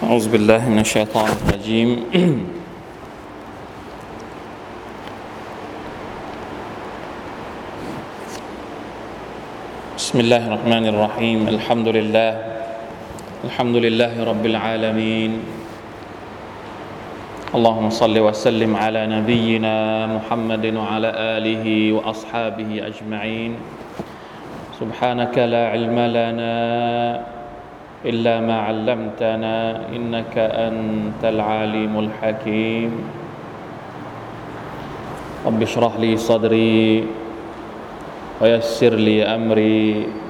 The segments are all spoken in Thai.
أعوذ بالله من الشيطان الرجيم بسم الله الرحمن الرحيم الحمد لله رب العالمين اللهم صل وسلم على نبينا محمد وعلى آله وأصحابه أجمعين سبحانك لا علم لنا إلا ما علمتنا إنك أنت العليم الحكيم رب اشرح لي صدري ويسر لي أمري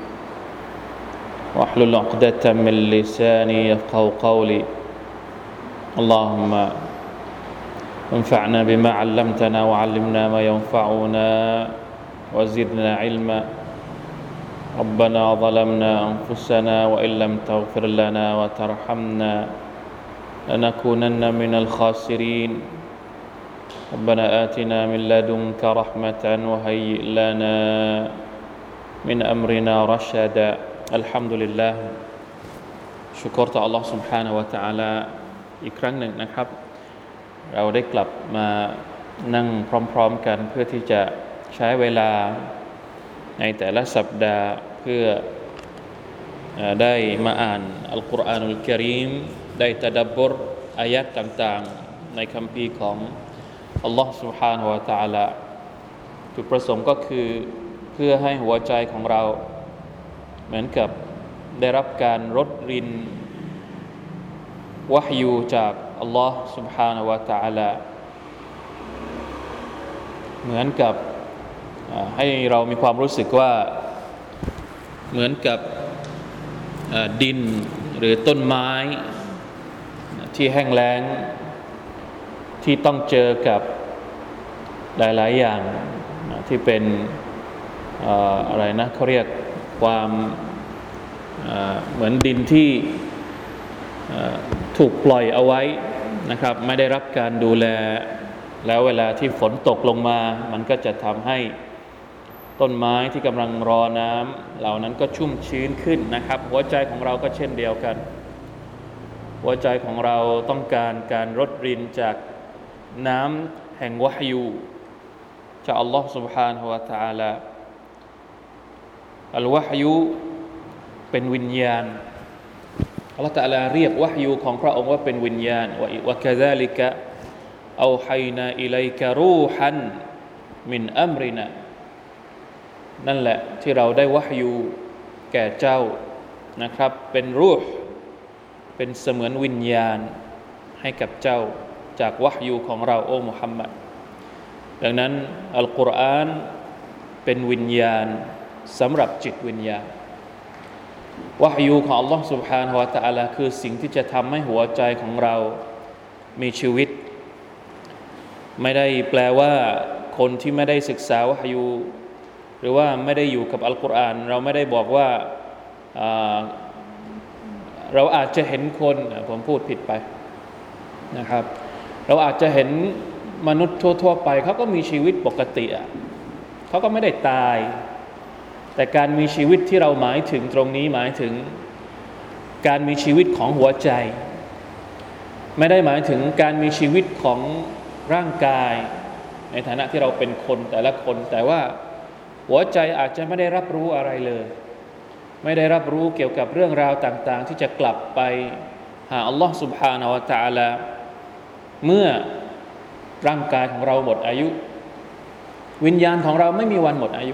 واحلل عقدة من لساني يفقهوا قولي اللهم انفعنا بما علمتنا وعلمنا ما ينفعنا وزدنا علما ربنا ظلمنا أنفسنا وإن لم تغفر لنا وترحمنا لنكونن من الخاسرين ربنا آتنا من لدنك رحمة وهيئ لنا من أمرنا رشدا الحمد لله ชุกรต่อ Allah سبحانه และ تعالى อีกครั้งหนึ่งนะครับเราได้กลับมานั่งพร้อมๆกันเพื่อที่จะใช้เวลาในแต่ละสัปดาห์เพื่อได้มาอ่านอัลกุรอานุลกะรีมได้ตะดับบรอายะห์ต่างๆในคัมภีร์ของอัลลอฮฺ سبحانه และ تعالى จุดประสงค์ก็คือเพื่อให้หัวใจของเราเหมือนกับได้รับการรดรินวะฮยูจากอัลลอฮฺ سبحانه และ تعالى เหมือนกับให้เรามีความรู้สึกว่าเหมือนกับดินหรือต้นไม้ที่แห้งแล้งที่ต้องเจอกับหลายๆอย่างที่เป็นอะไรนะเขาเรียกความเหมือนดินที่ถูกปล่อยเอาไว้นะครับไม่ได้รับการดูแลแล้วเวลาที่ฝนตกลงมามันก็จะทำให้ต้นไม้ที่กำลังรอน้ำเหล่านั้นก็ชุ่มชื้นขึ้นนะครับหัวใจของเราก็เช่นเดียวกันหัวใจของเราต้องการการรดรินจากน้ำแห่งวะฮยูจากอัลลอฮฺ سبحانه และ تعالى อัลวะฮยูเป็นวิญญาณอัลลอฮฺ تعالى เรียกวะฮยูของพระองค์ว่าเป็นวิญญาณวะกะซาลิกะเอาฮัยนาอิลัยกะรูฮันมินอัมรินานั่นแหละที่เราได้วะฮยูแก่เจ้านะครับเป็นรูห์เป็นเสมือนวิญญาณให้กับเจ้าจากวะฮยูของเราโอ้มุฮัมมัดดังนั้นอัลกุรอานเป็นวิญญาณสำหรับจิตวิญญาณวะฮยูของอัลลอฮฺ سبحانه และ تعالى คือสิ่งที่จะทำให้หัวใจของเรามีชีวิตไม่ได้แปลว่าคนที่ไม่ได้ศึกษาวะฮยูหรือว่าไม่ได้อยู่กับอัลกุรอานเราไม่ได้บอกว่าเราอาจจะเห็นคนผมพูดผิดไปนะครับเราอาจจะเห็นมนุษย์ทั่วๆไปเขาก็มีชีวิตปกติเขาก็ไม่ได้ตายแต่การมีชีวิตที่เราหมายถึงตรงนี้หมายถึงการมีชีวิตของหัวใจไม่ได้หมายถึงการมีชีวิตของร่างกายในฐานะที่เราเป็นคนแต่ละคนแต่ว่าหัวใจอาจจะไม่ได้รับรู้อะไรเลยไม่ได้รับรู้เกี่ยวกับเรื่องราวต่างๆที่จะกลับไปหาอัลลอฮฺ سبحانه และ تعالى เมื่อร่างกายของเราหมดอายุวิญญาณของเราไม่มีวันหมดอายุ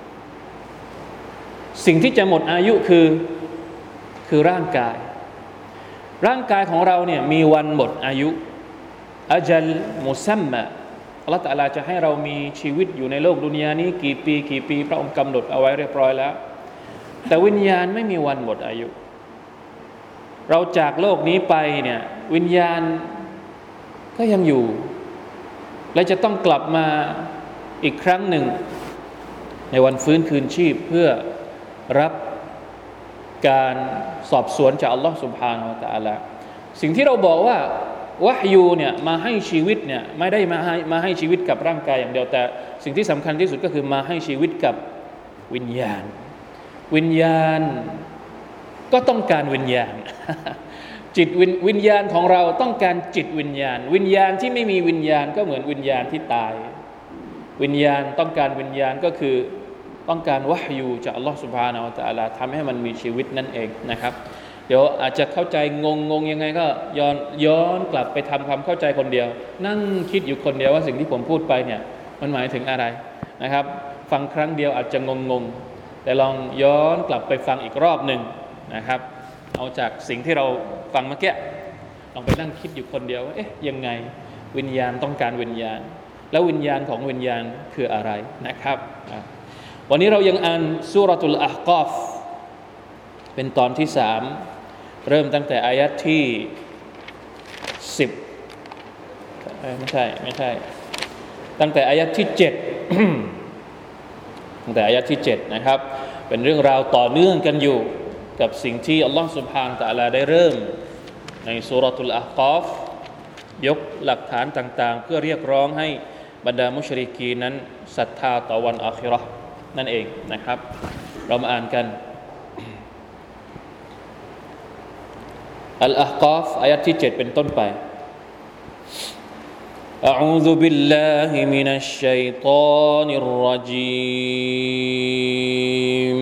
สิ่งที่จะหมดอายุคือร่างกายของเราเนี่ยมีวันหมดอายุอัจลมุซัมมะอัลเลาะห์ตะอาลาจะให้เรามีชีวิตอยู่ในโลกดุนยานี้กี่ปีพระองค์กำหนดเอาไว้เรียบร้อยแล้วแต่วิญญาณไม่มีวันหมดอายุเราจากโลกนี้ไปเนี่ยวิญญาณก็ยังอยู่และจะต้องกลับมาอีกครั้งหนึ่งในวันฟื้นคืนชีพเพื่อรับการสอบสวนจากอัลลอฮฺ سبحانه และ تعالى สิ่งที่เราบอกว่าวะฮยูเนี่ยมาให้ชีวิตเนี่ยไม่ได้มาให้ชีวิตกับร่างกายอย่างเดียวแต่สิ่งที่สำคัญที่สุดก็คือมาให้ชีวิตกับวิญญาณก็ต้องการวิญญาณจิตวิญญาณของเราต้องการจิตวิญญาณวิญญาณที่ไม่มีวิญญาณก็เหมือนวิญญาณที่ตายวิญญาณต้องการวิญญาณก็คือต้องการวะฮยูจากอัลลอฮฺซุบฮานะฮูวะตะอาลาทำให้มันมีชีวิตนั่นเองนะครับเดี๋ยวอาจจะเข้าใจงงยังไงก็ย้อนกลับไปทำความเข้าใจคนเดียวนั่งคิดอยู่คนเดียวว่าสิ่งที่ผมพูดไปเนี่ยมันหมายถึงอะไรนะครับฟังครั้งเดียวอาจจะงงแต่ลองย้อนกลับไปฟังอีกรอบหนึ่งนะครับเอาจากสิ่งที่เราฟังเมื่อกี้ลองไปนั่งคิดอยู่คนเดียวว่าเอ๊ะยังไงวิญญาณต้องการวิญญาณแล้ววิญญาณของวิญญาณคืออะไรนะครับวันนี้เรายังอ่านซูเราะตุลอะห์กอฟเป็นตอนที่3เริ่มตั้งแต่อายะห์ที่10ไม่ใช่ตั้งแต่อายะห์ที่7 ตั้งแต่อายะห์ที่7นะครับเป็นเรื่องราวต่อเนื่องกันอยู่กับสิ่งที่อัลลอฮฺซุบฮานะฮูวะตะอาลาได้เริ่มในซูเราะตุลอะห์กอฟยกหลักฐานต่างๆเพื่อเรียกร้องให้บรรดามุชริกีนนั้นศรัทธาต่อวันอาคิเราะห์นั่นเองนะครับเรามาอ่านกันอัลอะห์กอฟอายะห์ที่7เป็นต้นไปأعوذ بالله من الشيطان الرجيم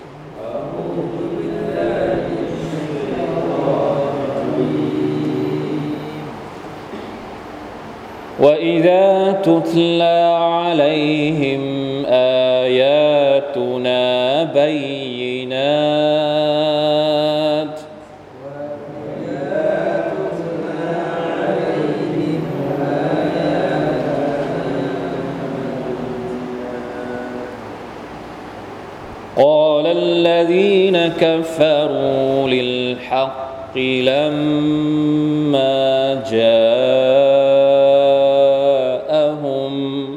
وإذا تتلى عليهم آياتنا بينات قال الذين كفروا للحق لما جاءهم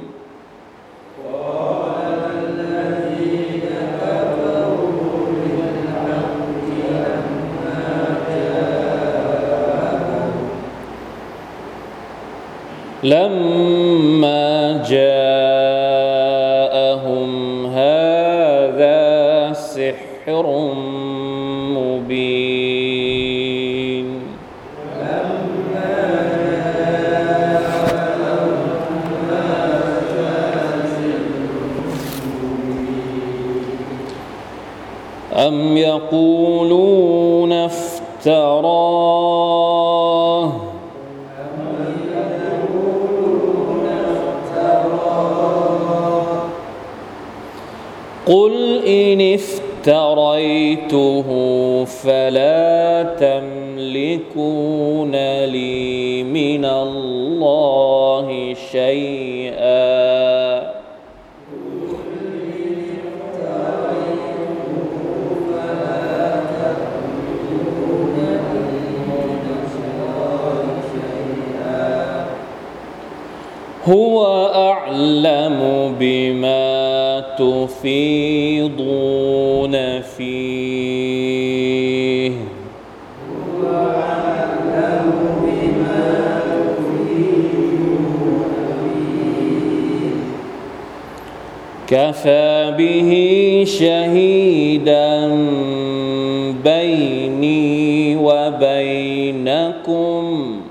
لما جاءهم هذا سحر مبين أم يقولون افتراه قل إن افتريته فلا تملكون لي من الله شيئا هو أعلم بما تفيضون فيه كفى به شهيدا بيني وبينكم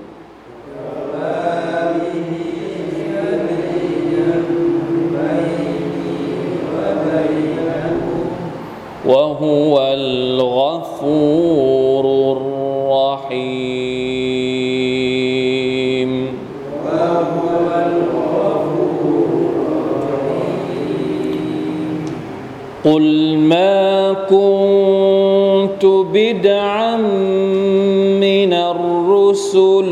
وهو الغفور الرحيم قل ما كنت بدعا من الرسل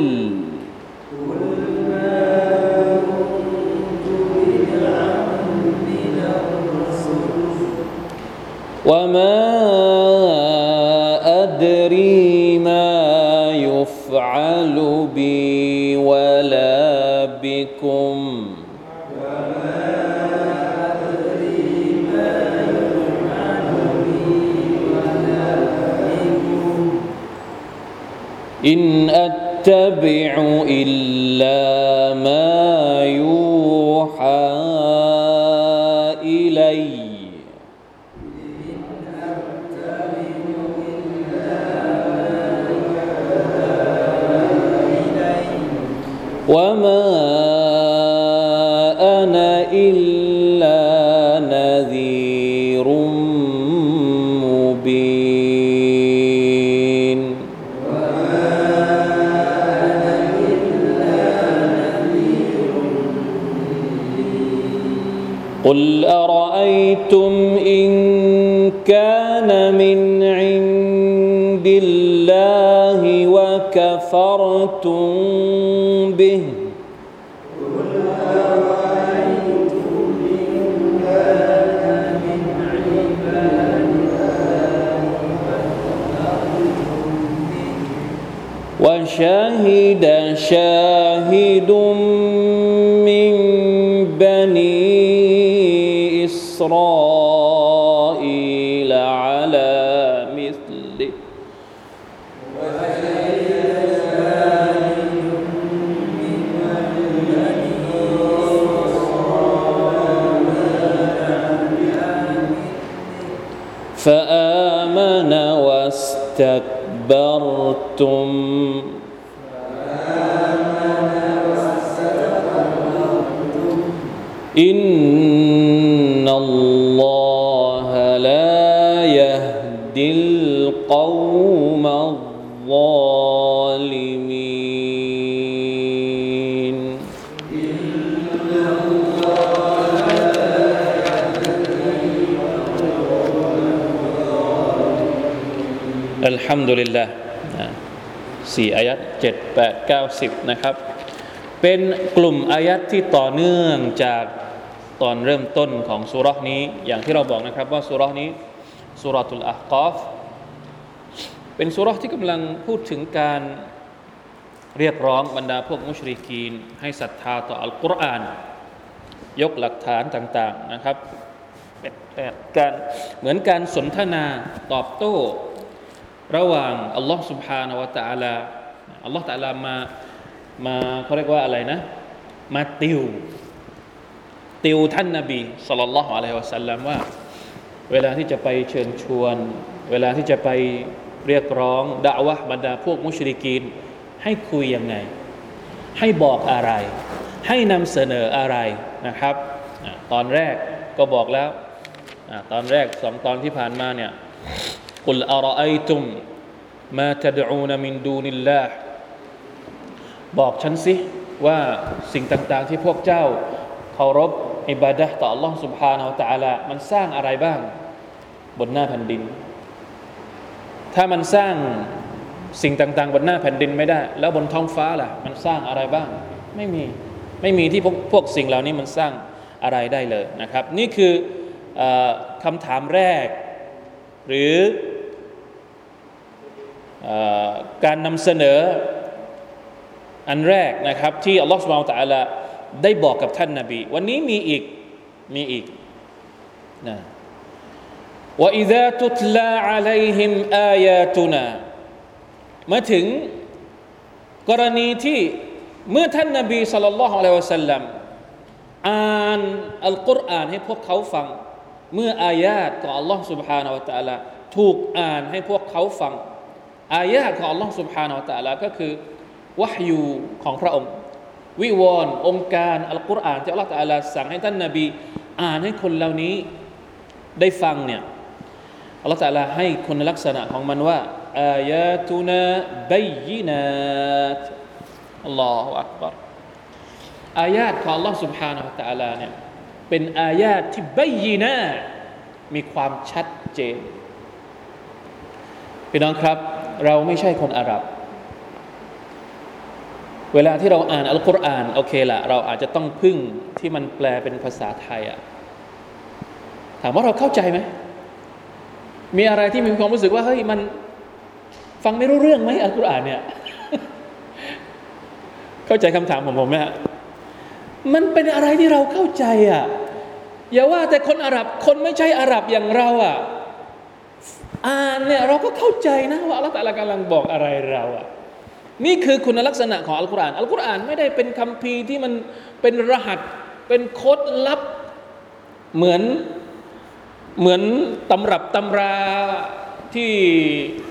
وما أدري ما يفعل بي ولا بكم إن أتبع إلا ما يوحى إلي وما أنا إلا نذير مبين قل أرأيتم إن كان من عند الله وكفرتم به وشهد شاهد من بني إسرائيل على مثله فآمن واستكبرتم إن الله لا يهدي القوم الظالمين الحمد لله 4 อายัด 7 8 9 10นะครับเป็นกลุ่มอายัดที่ต่อเนื่องจากตอนเริ่มต้นของซูเราะห์นี้อย่างที่เราบอกนะครับว่าซูเราะห์นี้ซูเราะตุลอะห์กอฟเป็นซูเราะห์ที่กำลังพูดถึงการเรียกร้องบรรดาพวกมุชริกีนให้ศรัทธาต่ออัลกุรอานยกหลักฐานต่างๆนะครับเป็นการเหมือนการสนทนาตอบโต้ระหว่างอัลลอฮฺ سبحانه และ تعالى อัลลอฮฺ تعالى มาเขาเรียกว่าอะไรนะมาติวท่านนบีศ็อลลัลลอฮุอะลัยฮิวะซัลลัมว่าเวลาที่จะไปเชิญชวนเวลาที่จะไปเรียกร้องดะอ์วะห์บรรดาพวกมุชริกีนให้คุยยังไงให้บอกอะไรให้นำเสนออะไรนะครับตอนแรกก็บอกแล้วตอนแรก2ตอนที่ผ่านมาเนี่ยกุลอะรออัยตุมมาตะดอูนมินดูนิลลาห์บอกฉันสิว่าสิ่งต่างๆที่พวกเจ้าเคารพอิบาดะห์ต่อ Allah Subhanahu Wa Taala มันสร้างอะไรบ้างบนหน้าแผ่นดินถ้ามันสร้างสิ่งต่างๆบนหน้าแผ่นดินไม่ได้แล้วบนท้องฟ้าล่ะมันสร้างอะไรบ้างไม่มีที่พวกสิ่งเหล่านี้มันสร้างอะไรได้เลยนะครับนี่คือคำถามแรกหรือการนำเสนออันแรกนะครับที่อัลลอฮฺซุบฮานะฮูวะตะอาลาได้บอกกับท่านนบีวันนี้มีอีกนะว่าอิซาตุตลาอะลัยฮิมอายาตุนามาถึงกรณีที่เมื่อท่านนบีศ็อลลัลลอฮุอะลัยฮิวะซัลลัมอ่านอัลกุรอานให้พวกเขาฟังเมื่ออายาตของอัลลอฮฺซุบฮานะฮูวะตะอาลาถูกอ่านให้พวกเขาฟังอายาตของอัลลอฮฺซุบฮานะฮูวะตะอาลาก็คือวะฮยูของพระองค์วิวรณ์องค์การอัลกุรอานที่อัลเลาะห์ตะอาลาสั่งให้ท่านนบีอ่านให้คนเหล่านี้ได้ฟังเนี่ยอัลเลาะห์ตะอาลาให้คุณลักษณะของมันว่าอายาตุนาบัยยินาตอัลลอฮุอักบัรอายาตของอัลเลาะห์ سبحانه และ تعالى เนี่ยเป็นอายาตที่บัยยินาตมีความชัดเจนพี่น้องครับเราไม่ใช่คนอาหรับเวลาที่เราอ่านอัลกุรอานโอเคละเราอาจจะต้องพึ่งที่มันแปลเป็นภาษาไทยอะถามว่าเราเข้าใจไหมมีอะไรที่มีความรู้สึกว่าเฮ้ยมันฟังไม่รู้เรื่องไหมอัลกุรอานเนี่ยเข้าใจคำถามของผมไหมฮะมันเป็นอะไรที่เราเข้าใจอ่ะอย่าว่าแต่คนอาหรับคนไม่ใช่อาหรับอย่างเราอ่ะอ่านเนี่ยเราก็เข้าใจนะว่าอัลเลาะห์ตะอาลากำลังบอกอะไรเราอ่ะนี่คือคุณลักษณะของอัลกุรอานอัลกุรอานไม่ได้เป็นคัมภีร์ที่มันเป็นรหัสเป็นโค้ดลับเหมือนตำรับตำราที่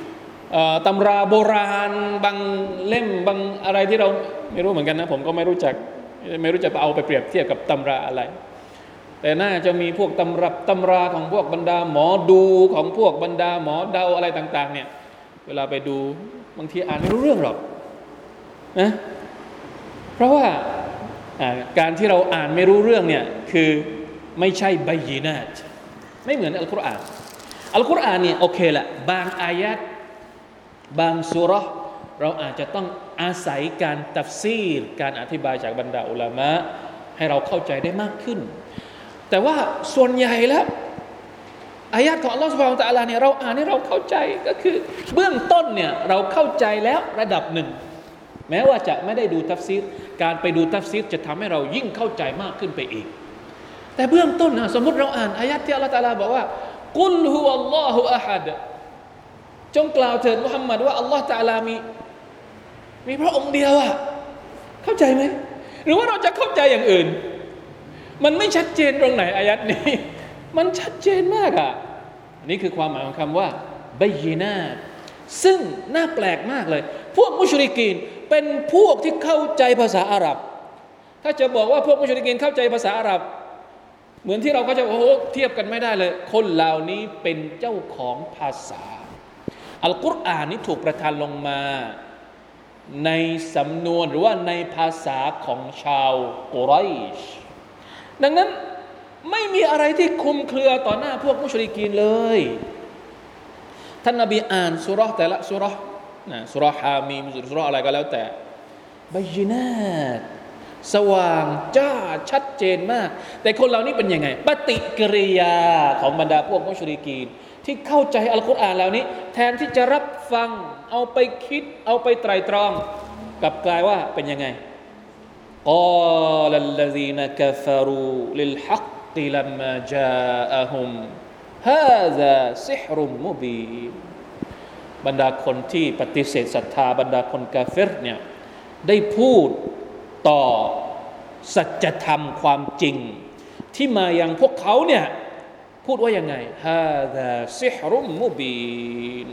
ตำราโบราณบางเล่มบางอะไรที่เราไม่รู้เหมือนกันนะผมก็ไม่รู้จักจะเอาไปเปรียบเทียบกับตำราอะไรแต่น่าจะมีพวกตำราของพวกบรรดาหมอดูของพวกบรรดาหมอเดาอะไรต่างๆเนี่ยเวลาไปดูบางทีอ่านไม่รู้เรื่องหรอกนะเพราะว่าการที่เราอ่านไม่รู้เรื่องเนี่ยคือไม่ใช่บัยยินาตไม่เหมือนอัลกุรอานเนี่ยโอเคแหละบางอายะห์บางซูเราะห์เราอาจจะต้องอาศัยการตัฟซีรการอธิบายจากบรรดาอุลามะให้เราเข้าใจได้มากขึ้นแต่ว่าส่วนใหญ่แล้วอายะห์ของอัลเลาะห์ซุบฮานะฮูวะตะอาลาเนี่ยเราอ่านให้เราเข้าใจก็คือเบื้องต้นเนี่ยเราเข้าใจแล้วระดับหนึ่งแม้ว่าจะไม่ได้ดูตัฟซีรการไปดูตัฟซีรจะทำให้เรายิ่งเข้าใจมากขึ้นไปอีกแต่เบื้องต้นนะสมมุติเราอ่านอายะห์ที่อัลเลาะห์ตะอาลาบอกว่ากุลฮุวัลลอฮุอะฮัดจงกล่าวเถิดมุฮัมมัดว่าอัลลอฮ์ตะอาลามีพระองค์เดียวอะเข้าใจไหมหรือว่าเราจะเข้าใจอย่างอื่นมันไม่ชัดเจนตรงไหนอายัดนี้มันชัดเจนมากอ่ะนี่คือความหมายของคำว่าบัยยินาตซึ่งน่าแปลกมากเลยพวกมุชริกีนเป็นพวกที่เข้าใจภาษาอาหรับถ้าจะบอกว่าพวกมุชริกีนเข้าใจภาษาอาหรับเหมือนที่เราก็จะโอ้โหเทียบกันไม่ได้เลยคนเหล่านี้เป็นเจ้าของภาษาอัลกุรอานนี้ถูกประทานลงมาในสำนวนหรือว่าในภาษาของชาวกุไรชดังนั้นไม่มีอะไรที่คลุมเครือต่อหน้าพวกมุชริกีนเลยท่านนบีอ่านซูเราะห์แต่ละซูเราะห์นะซูเราะห์ฮามีมซูเราะห์อะไรก็แล้วแต่บัยยินาตสว่างจ้าชัดเจนมากแต่คนเหล่านี้เป็นยังไงปฏิกิริยาของบรรดาพวกมุชริกีนที่เข้าใจอัลกุรอานเหล่านี้แทนที่จะรับฟังเอาไปคิดเอาไปไตร่ตรองกลับกลายว่าเป็นยังไงقال الذين كفروا للحق لما جاءهم هذا سحر مبين บรรดาคนที่ปฏิเสธศรัทธาบรรดาคนกาเฟรเนี่ยได้พูดต่อสัจธรรมความจริงที่มายังพวกเขาเนี่ยพูดว่ายังไง هذا سحر مبين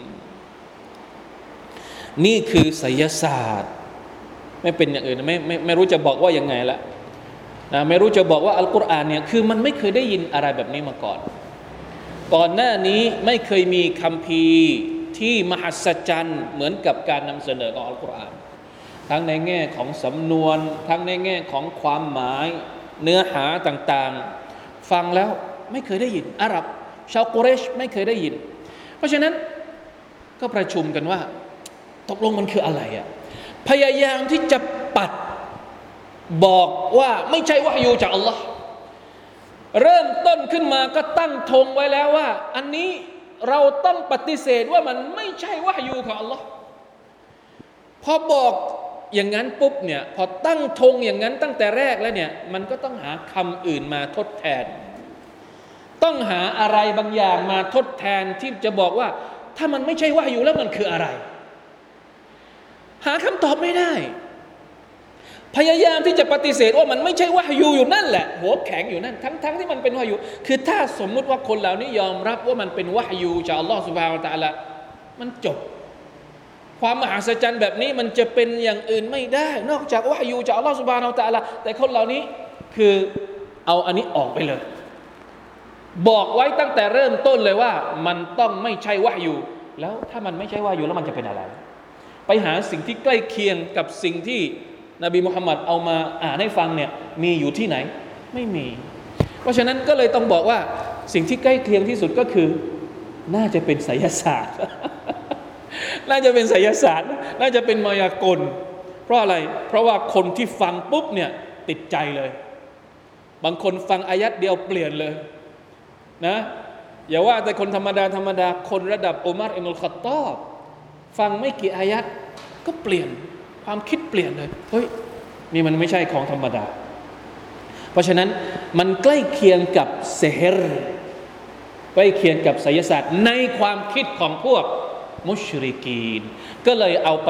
นี่คือไสยศาสตร์ไม่เป็นอย่างอื่นไม่รู้จะบอกว่ายังไงละนะไม่รู้จะบอกว่าอัลกุรอานเนี่ยคือมันไม่เคยได้ยินอะไรแบบนี้มาก่อนหน้านี้ไม่เคยมีคัมภีร์ที่มหัศจรรย์เหมือนกับการนำเสนอของอัลกุรอานทั้งในแง่ของสำนวนทั้งในแง่ของความหมายเนื้อหาต่างๆฟังแล้วไม่เคยได้ยินอาหรับชาวกุเรชไม่เคยได้ยินเพราะฉะนั้นก็ประชุมกันว่าตกลงมันคืออะไรอ่ะพยายามที่จะปัดบอกว่าไม่ใช่วะฮยูจากอัลลอฮ์เริ่มต้นขึ้นมาก็ตั้งธงไว้แล้วว่าอันนี้เราต้องปฏิเสธว่ามันไม่ใช่วะฮยูของอัลลอฮ์พอบอกอย่างนั้นปุ๊บเนี่ยพอตั้งธงอย่างนั้นตั้งแต่แรกแล้วเนี่ยมันก็ต้องหาคำอื่นมาทดแทนต้องหาอะไรบางอย่างมาทดแทนที่จะบอกว่าถ้ามันไม่ใช่วะฮยูแล้วมันคืออะไรหาคำตอบไม่ได้พยายามที่จะปฏิเสธว่ามันไม่ใช่วะฮยูอยู่นั่นแหละหัวแข็งอยู่นั่นทั้งที่มันเป็นวะฮยูคือถ้าสมมุติว่าคนเหล่านี้ยอมรับว่ามันเป็นวะฮยูจากอัลลอฮฺซุบฮานะฮูวะตะอาลามันจบความมหัศจรรย์แบบนี้มันจะเป็นอย่างอื่นไม่ได้นอกจากวะฮยูจากอัลลอฮฺซุบฮานะฮูวะตะอาลาแต่คนเหล่านี้คือเอาอันนี้ออกไปเลยบอกไว้ตั้งแต่เริ่มต้นเลยว่ามันต้องไม่ใช่วะฮยูแล้วถ้ามันไม่ใช่วะฮยูแล้วมันจะเป็นอะไรไปหาสิ่งที่ใกล้เคียงกับสิ่งที่นบีมุฮัมมัดเอามาอ่านให้ฟังเนี่ยมีอยู่ที่ไหนไม่มีเพราะฉะนั้นก็เลยต้องบอกว่าสิ่งที่ใกล้เคียงที่สุดก็คือน่าจะเป็นไสยศาสตร์ น่าจะเป็นไสยศาสตร์น่าจะเป็นมายากลเพราะอะไรเพราะว่าคนที่ฟังปุ๊บเนี่ยติดใจเลยบางคนฟังอายัดเดียวเปลี่ยนเลยนะอย่าว่าแต่คนธรรมดาคนระดับอุมัรอิบนุลค็อฏฏอบฟังไม่กี่อายัดก็เปลี่ยนความคิดเปลี่ยนเลยเฮ้ยนี่มันไม่ใช่ของธรรมดาเพราะฉะนั้นมันใกล้เคียงกับเซฮร์ใกล้เคียงกับไสยศาสตร์ในความคิดของพวกมุชริกีนก็เลยเอาไป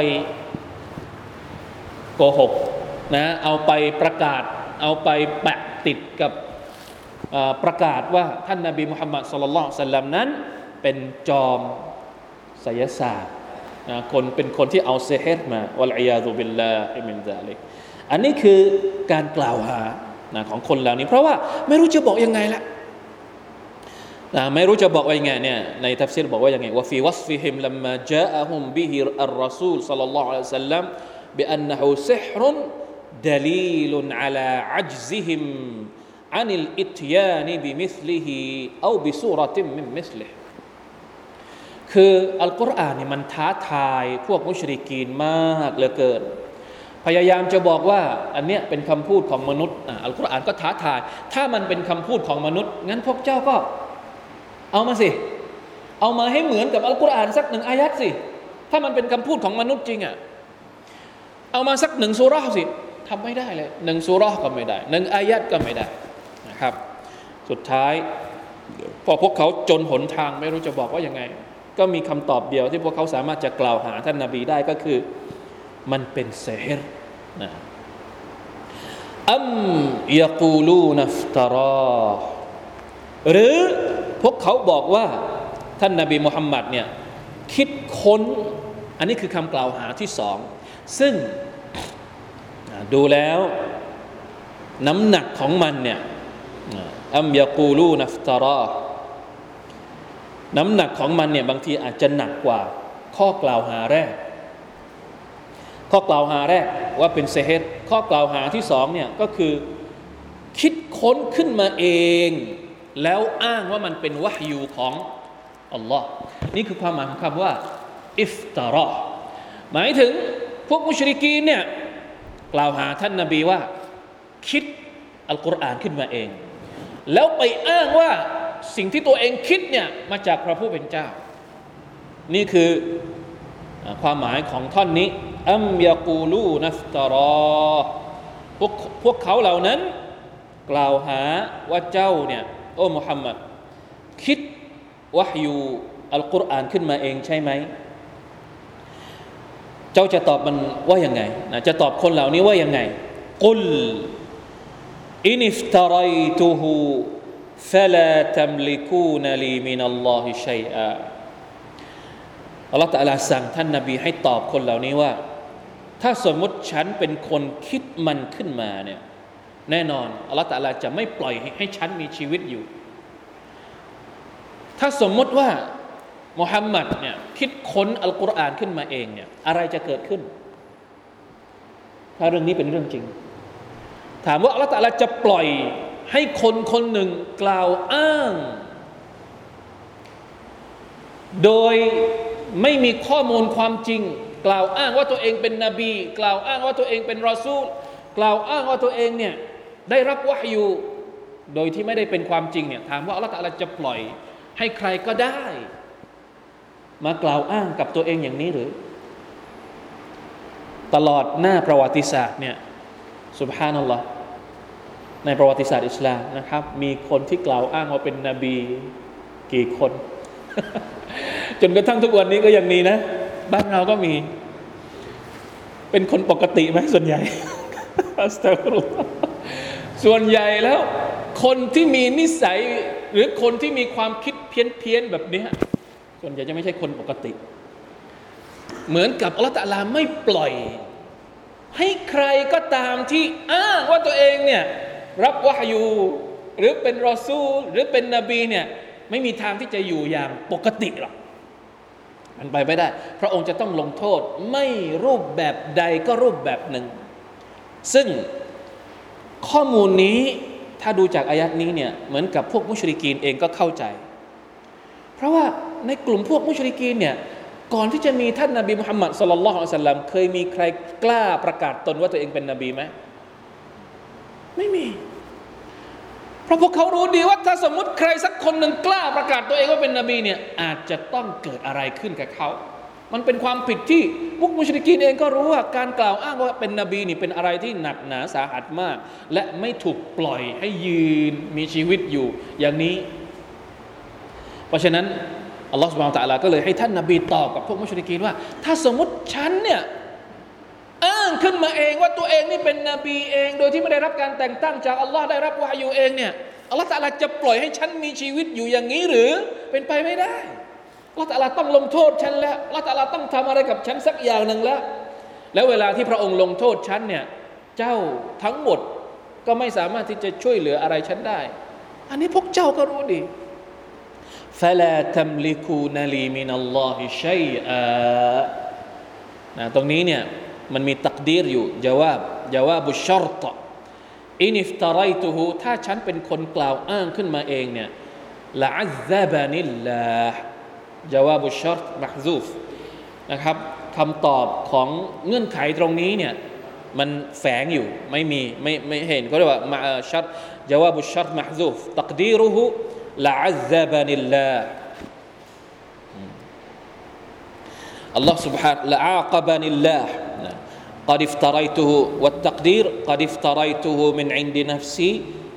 โกหกนะเอาไปประกาศเอาไปแปะติดกับประกาศว่าท่านนบีมุฮัมมัดศ็อลลัลลอฮุอะลัยฮิวะซัลลัมนั้นเป็นจอมไสยศาสตร์นะคนเป็นคนที่เอาเซฮิรมาวัลอียาซุบิลลาฮิมินซาลิกอันนี้คือการกล่าวหานะของคนเหล่านี้เพราะว่าไม่รู้จะบอกยังไงละไม่รู้จะบอกว่ายังไงเนี่ยในทัฟซีรบอกว่ายังไงว่าฟีวัสฟิฮิมลัมมาจาอะฮุมบิฮิอัรรอซูลศ็อลลัลลอฮุอะลัยฮิวะซัลลัมบิอันนะฮูซิฮรุนดะลีลุนอะลาอัจซิฮิมอันิลอิตยานิบิมิสลิฮิเอาบิซูเราะติมมินมิสลิฮิคืออัลกุรอานเนี่ยมันท้าทายพวกมุชริกีนมากเหลือเกินพยายามจะบอกว่าอันเนี้ยเป็นคำพูดของมนุษย์อัลกุรอานก็ท้าทายถ้ามันเป็นคำพูดของมนุษย์งั้นพวกเจ้าก็เอามาสิเอามาให้เหมือนกับอัลกุรอานสักหนึ่งอายัดสิถ้ามันเป็นคำพูดของมนุษย์จริงเอามาสักหนึ่งซูเราะห์สิทำไม่ได้เลยหนึ่งซูเราะห์ก็ไม่ได้หนึ่งอายัดก็ไม่ได้นะครับสุดท้ายพอพวกเขาจนหนทางไม่รู้จะบอกว่ายังไงก็มีคำตอบเดียวที่พวกเขาสามารถจะกล่าวหาท่านนบีได้ก็คือมันเป็นเซฮิรนะอัมยะกูลูนัฟตารอหรือพวกเขาบอกว่าท่านนบีมุฮัมมัดเนี่ยคิดค้นอันนี้คือคำกล่าวหาที่สองซึ่งดูแล้วน้ำหนักของมันเนี่ยอัมยะกูลูนัฟตารอน้ำหนักของมันเนี่ยบางทีอาจจะหนักกว่าข้อกล่าวหาแรกข้อกล่าวหาแรกว่าเป็นเซฮิรข้อกล่าวหาที่สองเนี่ยก็คือคิดค้นขึ้นมาเองแล้วอ้างว่ามันเป็นวะฮยูของอัลลอฮ์นี่คือความหมายของคำว่าอิฟตารอหมายถึงพวกมุชริกีนเนี่ยกล่าวหาท่านนบีว่าคิดอัลกุรอานขึ้นมาเองแล้วไปอ้างว่าสิ่งที่ตัวเองคิดเนี่ยมาจากพระผู้เป็นเจ้านี่คือความหมายของท่อนนี้อัมยะกูลูนัฟตารอพวกเขาเหล่านั้นกล่าวหาว่าเจ้าเนี่ยโอ้มุฮัมมัดคิดวะฮยูอัลกุรอานขึ้นมาเองใช่ไหมเจ้าจะตอบมันว่ายังไงจะตอบคนเหล่านี้ว่ายังไงกุลอินิฟตารัยตุฮูفلا تملكون لي من الله شيئا อัลลอฮฺตะอาลาสั่งท่านนบีให้ตอบคนเหล่านี้ว่าถ้าสมมติฉันเป็นคนคิดมันขึ้นมาเนี่ยแน่นอนอัลลอฮฺตะอาลาจะไม่ปล่อยให้ฉันมีชีวิตอยู่ถ้าสมมติว่ามุฮัมมัดเนี่ยคิดค้นอัลกุรอานขึ้นมาเองเนี่ยอะไรจะเกิดขึ้นถ้าเรื่องนี้เป็นเรื่องจริงถามว่าอัลลอฮฺตะอาลาจะปล่อยให้คนคนหนึ่งกล่าวอ้างโดยไม่มีข้อมูลความจริงกล่าวอ้างว่าตัวเองเป็นนบีกล่าวอ้างว่าตัวเองเป็นรอซูลกล่าวอ้างว่าตัวเองเนี่ยได้รับวะฮยูโดยที่ไม่ได้เป็นความจริงเนี่ยถามว่าอัลเลาะห์ตะอาลาจะปล่อยให้ใครก็ได้มากล่าวอ้างกับตัวเองอย่างนี้หรือตลอดหน้าประวัติศาสตร์เนี่ยซุบฮานัลลอฮ์ในประวัติศาสตร์อิสลามนะครับมีคนที่กล่าวอ้างว่าเป็นนบีกี่คน จนกระทั่งทุกวันนี้ก็ยังมีนะบ้านเราก็มีเป็นคนปกติไหมส่วนใหญ่ อัสตัฆฟิรุลลอฮ์ส่วนใหญ่แล้วคนที่มีนิสัยหรือคนที่มีความคิดเพี้ยนแบบนี้ส่วนใหญ่จะไม่ใช่คนปกติเหมือนกับอัลเลาะห์ตะอาลาไม่ปล่อยให้ใครก็ตามที่อ้างว่าตัวเองเนี่ยรับวะฮยูหรือเป็นรอซูลหรือเป็นนบีเนี่ยไม่มีทางที่จะอยู่อย่างปกติหรอกมันไปไม่ได้พระองค์จะต้องลงโทษไม่รูปแบบใดก็รูปแบบหนึ่งซึ่งข้อมูลนี้ถ้าดูจากอายัดนี้เนี่ยเหมือนกับพวกมุชริกีนเองก็เข้าใจเพราะว่าในกลุ่มพวกมุชริกีนเนี่ยก่อนที่จะมีท่านนบีมุฮัมมัดศ็อลลัลลอฮุอะลัยฮิวะซัลลัมเคยมีใครกล้าประกาศตนว่าตัวเองเป็นนบีไหมไม่มีเพราะพวกเขารู้ดีว่าถ้าสมมติใครสักคนหนึ่งกล้าประกาศตัวเองว่าเป็นนบีเนี่ยอาจจะต้องเกิดอะไรขึ้นกับเขามันเป็นความผิดที่มุชริกีนเองก็รู้ว่าการกล่าวอ้างว่าเป็นนบีนี่เป็นอะไรที่หนักหนาสาหัสมากและไม่ถูกปล่อยให้ยืนมีชีวิตอยู่อย่างนี้เพราะฉะนั้นอัลลอฮฺซุบฮานะฮูวะตะอาลาก็เลยให้ท่านนบีตอบกับพวกมุชริกีนว่าถ้าสมมติฉันเนี่ยอ้างขึ้นมาเองว่าตัวเองนี่เป็นนบีเองโดยที่ไม่ได้รับการแต่งตั้งจากอัลลอฮ์ได้รับวะฮยูเองเนี่ยอัลลอฮ์ตะอาลาจะปล่อยให้ฉันมีชีวิตอยู่อย่างนี้หรือเป็นไปไม่ได้อัลเลาะห์ตะอาลาต้องลงโทษฉันแล้วอัลเลาะห์ตะอาลาต้องทำอะไรกับฉันสักอย่างหนึ่งแล้วเวลาที่พระองค์ลงโทษฉันเนี่ยเจ้าทั้งหมดก็ไม่สามารถที่จะช่วยเหลืออะไรฉันได้อันนี้พวกเจ้าก็รู้ดีفلا تملكون لي من الله شيئا นะตรงนี้เนี่ยมันมีตักดีรอยู่จาวาบุชชัรตอินิฟตะไรตุฮูถ้าฉันเป็นคนกล่าวอ้างขึ้นมาเองเนี่ยละอัซซะบานิลลาห์จาวาบุชชัรตมะฮซูฟนะครับคำตอบของเงื่อนไขตรงนี้เนี่ยมันแฝงอยู่ไม่เห็นก็เรียกว่ามาชัรจาวาบุชชัรตมะฮซูฟตักดีรุฮูละอัซซะบานิลลาห์อัลลอฮ์ سبحانه ละอาक़บะนิลลาห์قد افتريته والتقدير قد افتريته من عند نفسي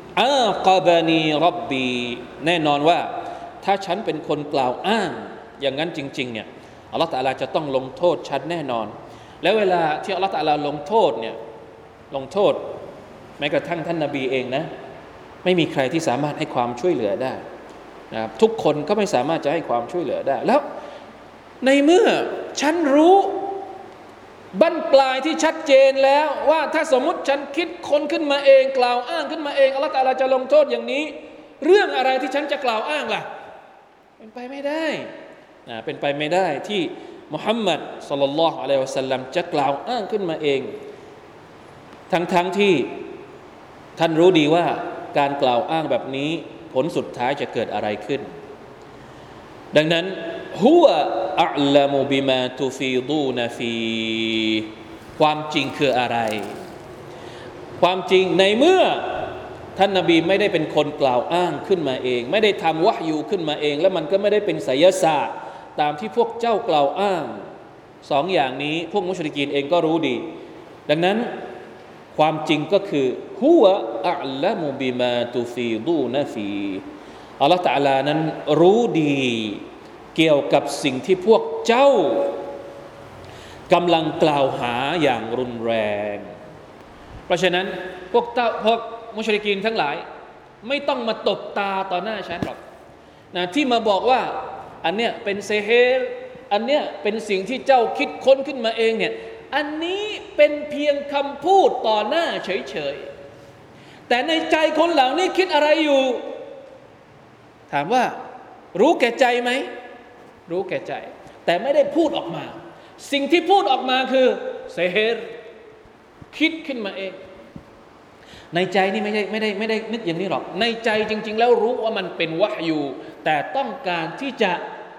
عاقبني ربي แน่นอนว่าถ้าฉันเป็นคนกล่าวอ้างอย่างนั้นจริงๆเนี่ยอัลเลาะห์ตะอาลาจะต้องลงโทษฉันแน่นอนแล้วเวลาที่อัลเลาะห์ตะอาลาลงโทษเนี่ยลงโทษแม้กระทั่งท่านนบีเองนะไม่มีใครที่สามารถให้ความช่วยเหลือได้นะครับทุกคนก็ไม่สามารถจะให้ความช่วยเหลือได้แล้วในเมื่อฉันรู้บั้นปลายที่ชัดเจนแล้วว่าถ้าสมมุติฉันคิดคนขึ้นมาเองกล่าวอ้างขึ้นมาเองอัลเลาะห์ตะอาลาจะลงโทษอย่างนี้เรื่องอะไรที่ฉันจะกล่าวอ้างล่ะเป็นไปไม่ได้เป็นไปไม่ได้ที่มุฮัมมัดศ็อลลัลลอฮุอะลัยฮิวะซัลลัมจะกล่าวอ้างขึ้นมาเองทั้งที่ท่านรู้ดีว่าการกล่าวอ้างแบบนี้ผลสุดท้ายจะเกิดอะไรขึ้นดังนั้นฮุวะอัลลัมุบิมาตุฟีดูนฟีความจริงคืออะไรความจริงในเมื่อท่านนบีไม่ได้เป็นคนกล่าวอ้างขึ้นมาเองไม่ได้ทำวะฮยูขึ้นมาเองแล้วมันก็ไม่ได้เป็นไสยศาสตร์ตามที่พวกเจ้ากล่าวอ้างสองอย่างนี้พวกมุชริกีนเองก็รู้ดีดังนั้นความจริงก็คือฮุวะอัลลัมุบิมาตุฟีดูนฟีอัลเลาะห์ตะอาลานั้นรู้ดีเกี่ยวกับสิ่งที่พวกเจ้ากำลังกล่าวหาอย่างรุนแรงเพราะฉะนั้นพวกมุชริกีนทั้งหลายไม่ต้องมาตบตาต่อหน้าฉันหรอกนะที่มาบอกว่าอันเนี้ยเป็นเซเฮรอันเนี้ยเป็นสิ่งที่เจ้าคิดค้นขึ้นมาเองเนี่ยอันนี้เป็นเพียงคำพูดต่อหน้าเฉยๆแต่ในใจคนเหล่านี้คิดอะไรอยู่ถามว่ารู้แก่ใจไหมรู้แก่ใจแต่ไม่ได้พูดออกมาสิ่งที่พูดออกมาคือเซเฮรคิดขึ้นมาเองในใจนี่ไม่ได้นึกอย่างนี้หรอกในใจจริงๆแล้วรู้ว่ามันเป็นวะฮยูแต่ต้องการที่จะ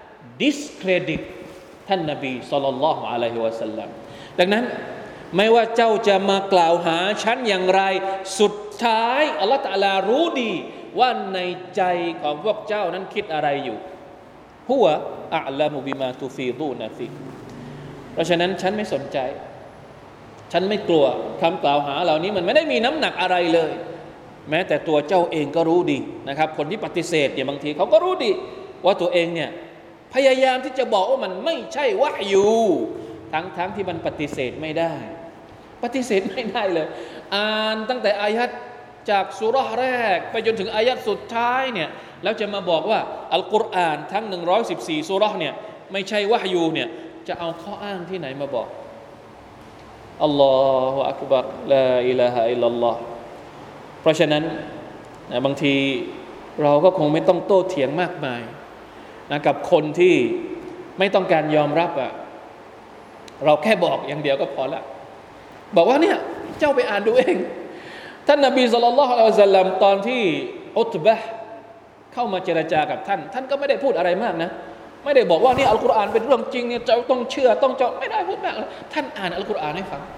discredit ท่านนบีศ็อลลัลลอฮุอะลัยฮิวะซัลลัมดังนั้นไม่ว่าเจ้าจะมากล่าวหาฉันอย่างไรสุดท้ายอัลเลาะห์ตะอาลารู้ดีว่าในใจของพวกเจ้านั้นคิดอะไรอยู่ฮุวะอัลลัมุบิมาตุฟีดูนฟีเพราะฉะนั้นฉันไม่สนใจฉันไม่กลัวคำกล่าวหาเหล่านี้มันไม่ได้มีน้ำหนักอะไรเลยแม้แต่ตัวเจ้าเองก็รู้ดีนะครับคนที่ปฏิเสธเนี่ยบางทีเขาก็รู้ดีว่าตัวเองเนี่ยพยายามที่จะบอกว่ามันไม่ใช่วะฮยูทั้งที่มันปฏิเสธไม่ได้ปฏิเสธไม่ได้เลยอ่านตั้งแต่อายัดจากซูเราะห์แรกไปจนถึงอายัดสุดท้ายเนี่ยแล้วจะมาบอกว่าอัลกุรอานทั้ง114ซูเราะห์เนี่ยไม่ใช่วะฮยูเนี่ยจะเอาข้ออ้างที่ไหนมาบอกอัลลอฮฺอักบัรลาอิลาฮะอิลลัลลอฮ์เพราะฉะนั้นบางทีเราก็คงไม่ต้องโต้เถียงมากมายนะกับคนที่ไม่ต้องการยอมรับอะเราแค่บอกอย่างเดียวก็พอละบอกว่าเนี่ยเจ้าไปอ่านดูเองท่านนบีศ็อลลัลลอฮุอะลัยฮิวะซัลลัมตอนที่อุตบะห์เข้ามาเจรจากับท่านก็ไม่ได้พูดอะไรมากนะไม่ได้บอกว่านี่อัลกุรอานเป็นเรื่องจริงเนี่ยเจ้าต้องเชื่อต้องเจ้าไม่ได้พูดมากท่านอ่านอัลกุรอานให้ฟัง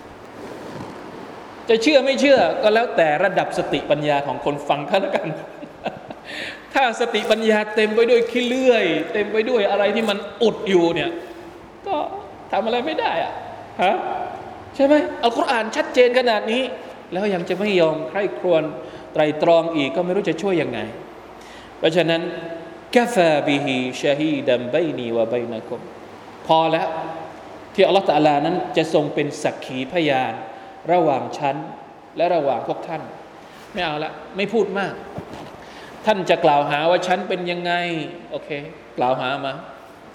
จะเชื่อไม่เชื่อก็แล้วแต่ระดับสติปัญญาของคนฟังก็แล้วกันถ้าสติปัญญาเต็มไปด้วยขี้เลื่อยเต็มไปด้วยอะไรที่มันอุดอยู่เนี่ยก็ทำอะไรไม่ได้อะฮะใช่ไหมอัลกุรอานชัดเจนขนาดนี้แล้วยังจะไม่ยอมใคร่ครวญไตรตรองอีกก็ไม่รู้จะช่วยยังไงเพราะฉะนั้นกะฟาบิฮิชะฮีดัมบัยนีวะบัยนะกุมพอแล้วที่อัลเลาะห์ตะอาลานั้นจะทรงเป็นสักขีพยานระหว่างฉันและระหว่างพวกท่านไม่เอาละไม่พูดมากท่านจะกล่าวหาว่าฉันเป็นยังไงโอเคกล่าวหามา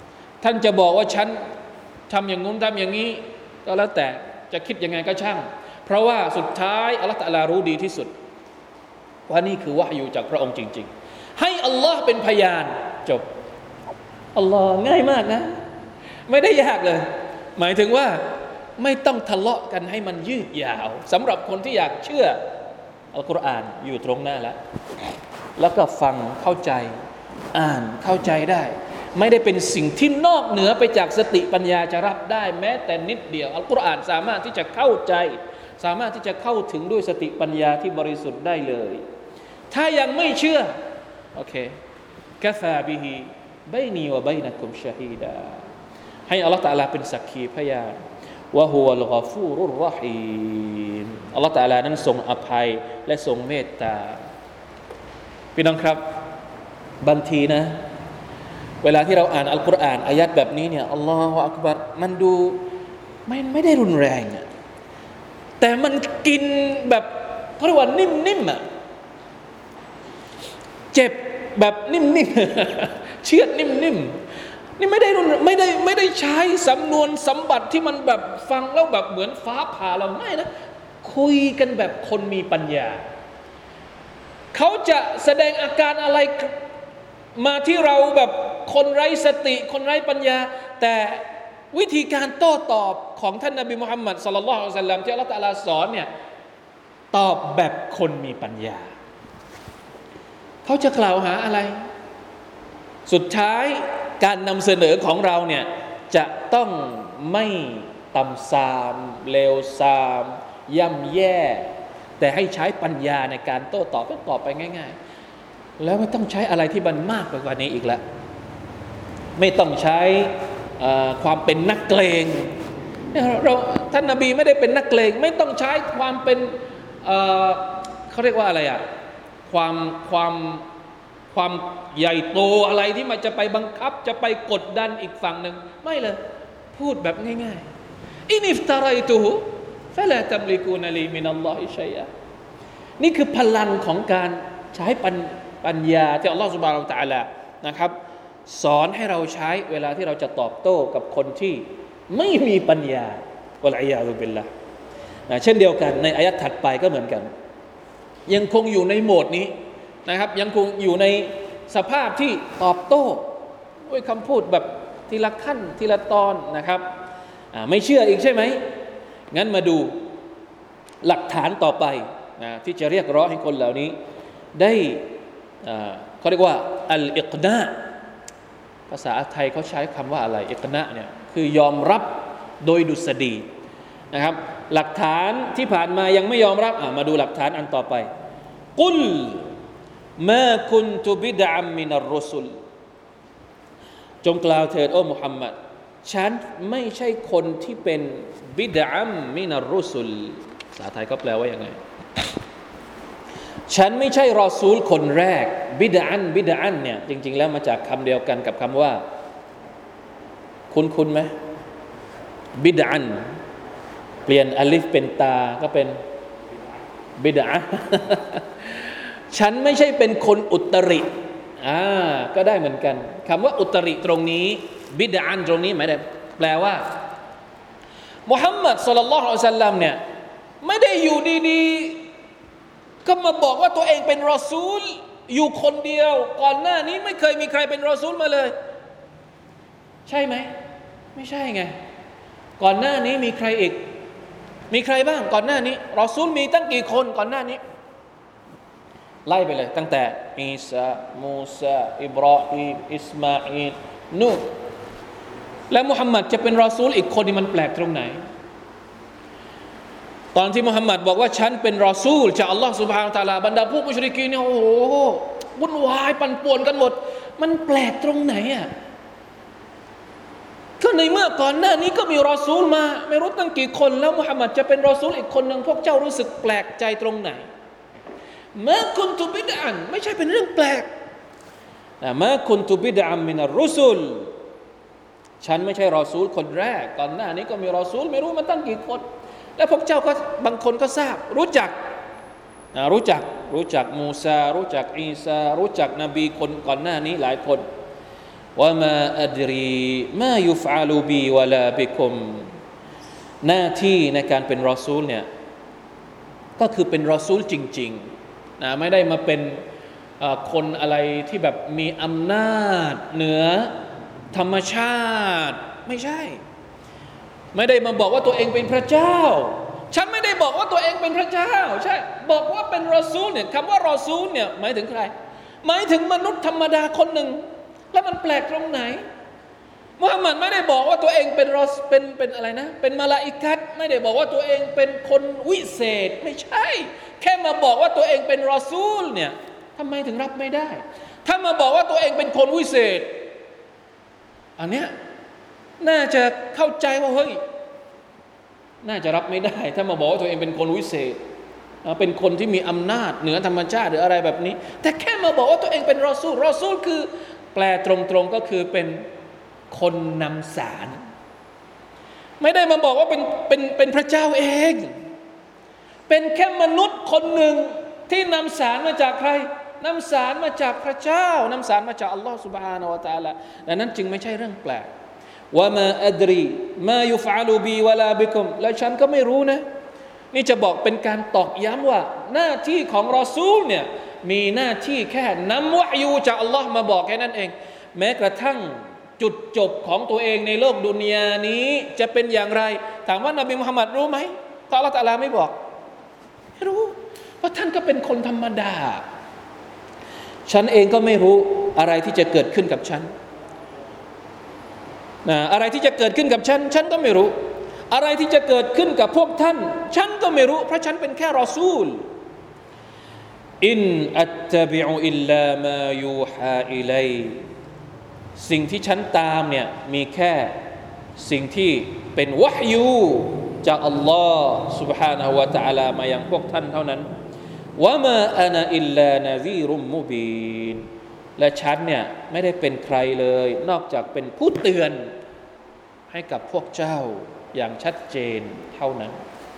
ท่านจะบอกว่าฉันทำอย่างงู้นทำอย่างนี้ก็แล้วแต่จะคิดยังไงก็ช่างเพราะว่าสุดท้ายอัลลอฮฺตะอาลารู้ดีที่สุดว่านี่คือวะฮยูจากพระองค์จริงๆให้อัลลอฮ์เป็นพยานจบอัลลอฮ์ง่ายมากนะไม่ได้ยากเลยหมายถึงว่าไม่ต้องทะเลาะกันให้มันยืดยาวสำหรับคนที่อยากเชื่ออัลกุรอานอยู่ตรงหน้าแล้วก็ฟังเข้าใจอ่านเข้าใจได้ไม่ได้เป็นสิ่งที่นอกเหนือไปจากสติปัญญาจะรับได้แม้แต่นิดเดียวอัลกุรอานสามารถที่จะเข้าใจสามารถที่จะเข้าถึงด้วยสติปัญญาที่บริสุทธิ์ได้เลยถ้ายังไม่เชื่อโอเคกะฟาบิฮิบัยนีวะบัยนะกุมชะฮีดาให้อัลเลาะห์ตะอาลาเป็นสักขีพยานวะฮุวัลฆอฟูรุรเราะฮีมอัลเลาะห์ตะอาลานั้นทรงอภัยและทรงเมตตาพี่น้องครับบางทีนะเวลาที่เราอ่านอัลกุรอานอายัดแบบนี้เนี่ยอัลลอฮฺอักบัรมันดูไม่ได้รุนแรงอ่ะแต่มันกินแบบเขาเรียกว่านิ่มๆอ่ะเจ็บแบบนิ่มๆเชือดนิ่มๆนี่ไม่ได้ใช้สำนวนสมบัติที่มันแบบฟังแล้วแบบเหมือนฟ้าผ่าเราไม่นะคุยกันแบบคนมีปัญญาเขาจะแสดงอาการอะไรมาที่เราแบบคนไร้สติคนไร้ปัญญาแต่วิธีการโต้ตอบของท่านนบีมุฮัมมัดศ็อลลัลลอฮุอะลัยฮิวะซัลลัมที่อัลเลาะห์ตะอาลาสอนเนี่ยตอบแบบคนมีปัญญาเขาจะกล่าวหาอะไรสุดท้ายการนำเสนอของเราเนี่ยจะต้องไม่ต่ำทรามเลวทรามย่ำแย่แต่ให้ใช้ปัญญาในการโต้ตอบก็ตอบไปง่ายๆแล้วไม่ต้องใช้อะไรที่มันมากไปกว่านี้อีกแล้วไม่ต้องใช้ความเป็นนักเลงเราท่านนบีไม่ได้เป็นนักเลงไม่ต้องใช้ความเป็นเขาเรียกว่าอะไรอ่ะความใหญ่โตอะไรที่มันจะไปบังคับจะไปกดดันอีกฝั่งหนึ่งไม่เลยพูดแบบง่ายๆอินิฟตารอยตุฮุฟะลาตัมลิกูนลีมินัลลอฮิชัยอะนี่คือพลังของการใช้ปัญญาที่อัลลอฮฺซุบฮานะฮูวะตะอาลานะครับสอนให้เราใช้เวลาที่เราจะตอบโต้กับคนที่ไม่มีปัญญาวะลัยยาซุบิลละเช่นเดียวกันในอายะห์ถัดไปก็เหมือนกันยังคงอยู่ในโหมดนี้นะครับยังคงอยู่ในสภาพที่ตอบโต้ด้วยคำพูดแบบทีละขั้นทีละตอนนะครับไม่เชื่ออีกใช่ไหมงั้นมาดูหลักฐานต่อไปนะที่จะเรียกร้องให้คนเหล่านี้ได้เขาเรียกว่าอัลอิกนาภาษาไทยเขาใช้คำว่าอะไรอิกนาเนี่ยคือยอมรับโดยดุษฎีนะครับหลักฐานที่ผ่านมายังไม่ยอมรับมาดูหลักฐานอันต่อไปกุลมาคุนตุบิดะอัมมินัรรุสุลจงกล่าวเถิดโอ้มุฮัมมัดฉันไม่ใช่คนที่เป็นบิดะอัมมินัรรุสุลภาษาไทยก็แปลว่ายังไงฉันไม่ใช่รอซูลคนแรกบิดะอันเนี่ยจริงๆแล้วมาจากคำเดียวกันกับคำว่าคุ้นไหมบิดะอันเปลี่ยนอลิฟเป็นตาก็เป็นบิดะฉันไม่ใช่เป็นคนอุตริก็ได้เหมือนกันคำว่าอุตริตรงนี้บิดะอันตรงนี้หมายถึงแปลว่ามุฮัมมัดศ็อลลัลลอฮุอะลัยฮิวะซัลลัมเนี่ยไม่ได้อยู่ดีๆก็มาบอกว่าตัวเองเป็นรอซูลอยู่คนเดียวก่อนหน้านี้ไม่เคยมีใครเป็นรอซูลมาเลยใช่ไหมไม่ใช่ไงก่อนหน้านี้มีใครอีกมีใครบ้างก่อนหน้านี้รอซูลมีตั้งกี่คนก่อนหน้านี้ไล่ไปเลยตั้งแต่อีสามูซาอิบราฮิมอิสมาอีลนูฮ์และมุฮัมมัดจะเป็นรอซูลอีกคนที่มันแปลกตรงไหนตอนที่มุฮัมมัดบอกว่าฉันเป็นรอซูลจากอัลลอฮฺซุบฮานะฮูวะตะอาลาบรรดาพวกมุชริกีนเนี่ยโอ้โหวุ่นวายปั่นป่วนกันหมดมันแปลกตรงไหนอ่ะก็ในเมื่อก่อนหน้านี้ก็มีรอซูลมาไม่รู้ตั้งกี่คนแล้วมุฮัมมัดจะเป็นรอซูลอีกคนนึงพวกเจ้ารู้สึกแปลกใจตรงไหนมาคุนตุบิดะอันไม่ใช่เป็นเรื่องแปลกมาคุนตุบิดะอัมมินัรรุสุลฉันไม่ใช่รอซูลคนแรกก่อนหน้านี้ก็มีรอซูลไม่รู้มันตั้งกี่คนแล้วพวกเจ้าก็บางคนก็ทราบรู้จักมูซารู้จักอีซารู้จักนบีคนก่อนหน้านี้หลายคนวะมาอัดรีมายุฟอาลูบีวะลาบิคุมหน้าที่ในการเป็นรอซูลเนี่ยก็คือเป็นรอซูลจริงๆนะไม่ได้มาเป็นคนอะไรที่แบบมีอำนาจเหนือธรรมชาติไม่ใช่ไม่ได้มาบอกว่าตัวเองเป็นพระเจ้าฉันไม่ได้บอกว่าตัวเองเป็นพระเจ้าใช่บอกว่าเป็นรอซูลเนี่ยคำว่ารอซูลเนี่ยหมายถึงใครหมายถึงมนุษย์ธรรมดาคนหนึ่งแล้วมันแปลกตรงไหนมุฮัมมัดไม่ได้บอกว่าตัวเองเป็นอะไรนะเป็นมลาอิกัตไม่ได้บอกว่าตัวเองเป็นคนวิเศษไม่ใช่แค่มาบอกว่าตัวเองเป็นรอซูลเนี่ยทำไมถึงรับไม่ได้ถ้ามาบอกว่าตัวเองเป็นคนวิเศษอันเนี้ยน่าจะเข้าใจว่าเฮ้ยน่าจะรับไม่ได้ถ้ามาบอกว่าตัวเองเป็นคนวิเศษเป็นคนที่มีอำนาจเหนือธรรมชาติหรืออะไรแบบนี้แต่แค่มาบอกว่าตัวเองเป็นรอซูลรอซูลคือแปลตรงๆก็คือเป็นคนนำสารไม่ได้มาบอกว่าเป็นพระเจ้าเองเป็นแค่มนุษย์คนหนึ่งที่นำสารมาจากใครนำสารมาจากพระเจ้านำสารมาจากอัลลอฮฺ سبحانه และ تعالى ดังนั้นจึงไม่ใช่เรื่องแปลกว่ามาอัดรีมายุฟอาลูบีวะลาบิคุมและฉันก็ไม่รู้นะนี่จะบอกเป็นการตอกย้ำว่าหน้าที่ของรอซูลเนี่ยมีหน้าที่แค่นำวะยูจากอัลลอฮ์มาบอกแค่นั้นเองแม้กระทั่งจุดจบของตัวเองในโลกดุนยานี้จะเป็นอย่างไรถามว่านบีมุฮัมมัดรู้ไหมอัลลอฮ์ตะอาลาไม่บอกไม่รู้เพราะท่านก็เป็นคนธรรมดาฉันเองก็ไม่รู้อะไรที่จะเกิดขึ้นกับฉันอะไรที่จะเกิดขึ้นกับฉันก็ไม่รู้อะไรที่จะเกิดขึ้นกับพวกท่านฉันก็ไม่รู้เพราะฉันเป็นแค่รอซูลอินอัตตะบิอุอิลลามายูฮาอิลัยสิ่งที่ฉันตามเนี่ยมีแค่สิ่งที่เป็นวะฮยูจากอัลลอฮ์ سبحانه และ تعالى มายังพวกท่านเท่านั้นวะมาอะนาอิลลานะซีรุมมุบีนและฉันเนี่ยไม่ได้เป็นใครเลยนอกจากเป็นผู้เตือนให้กับพวกเจ้าอย่างชัดเจนเท่านั้น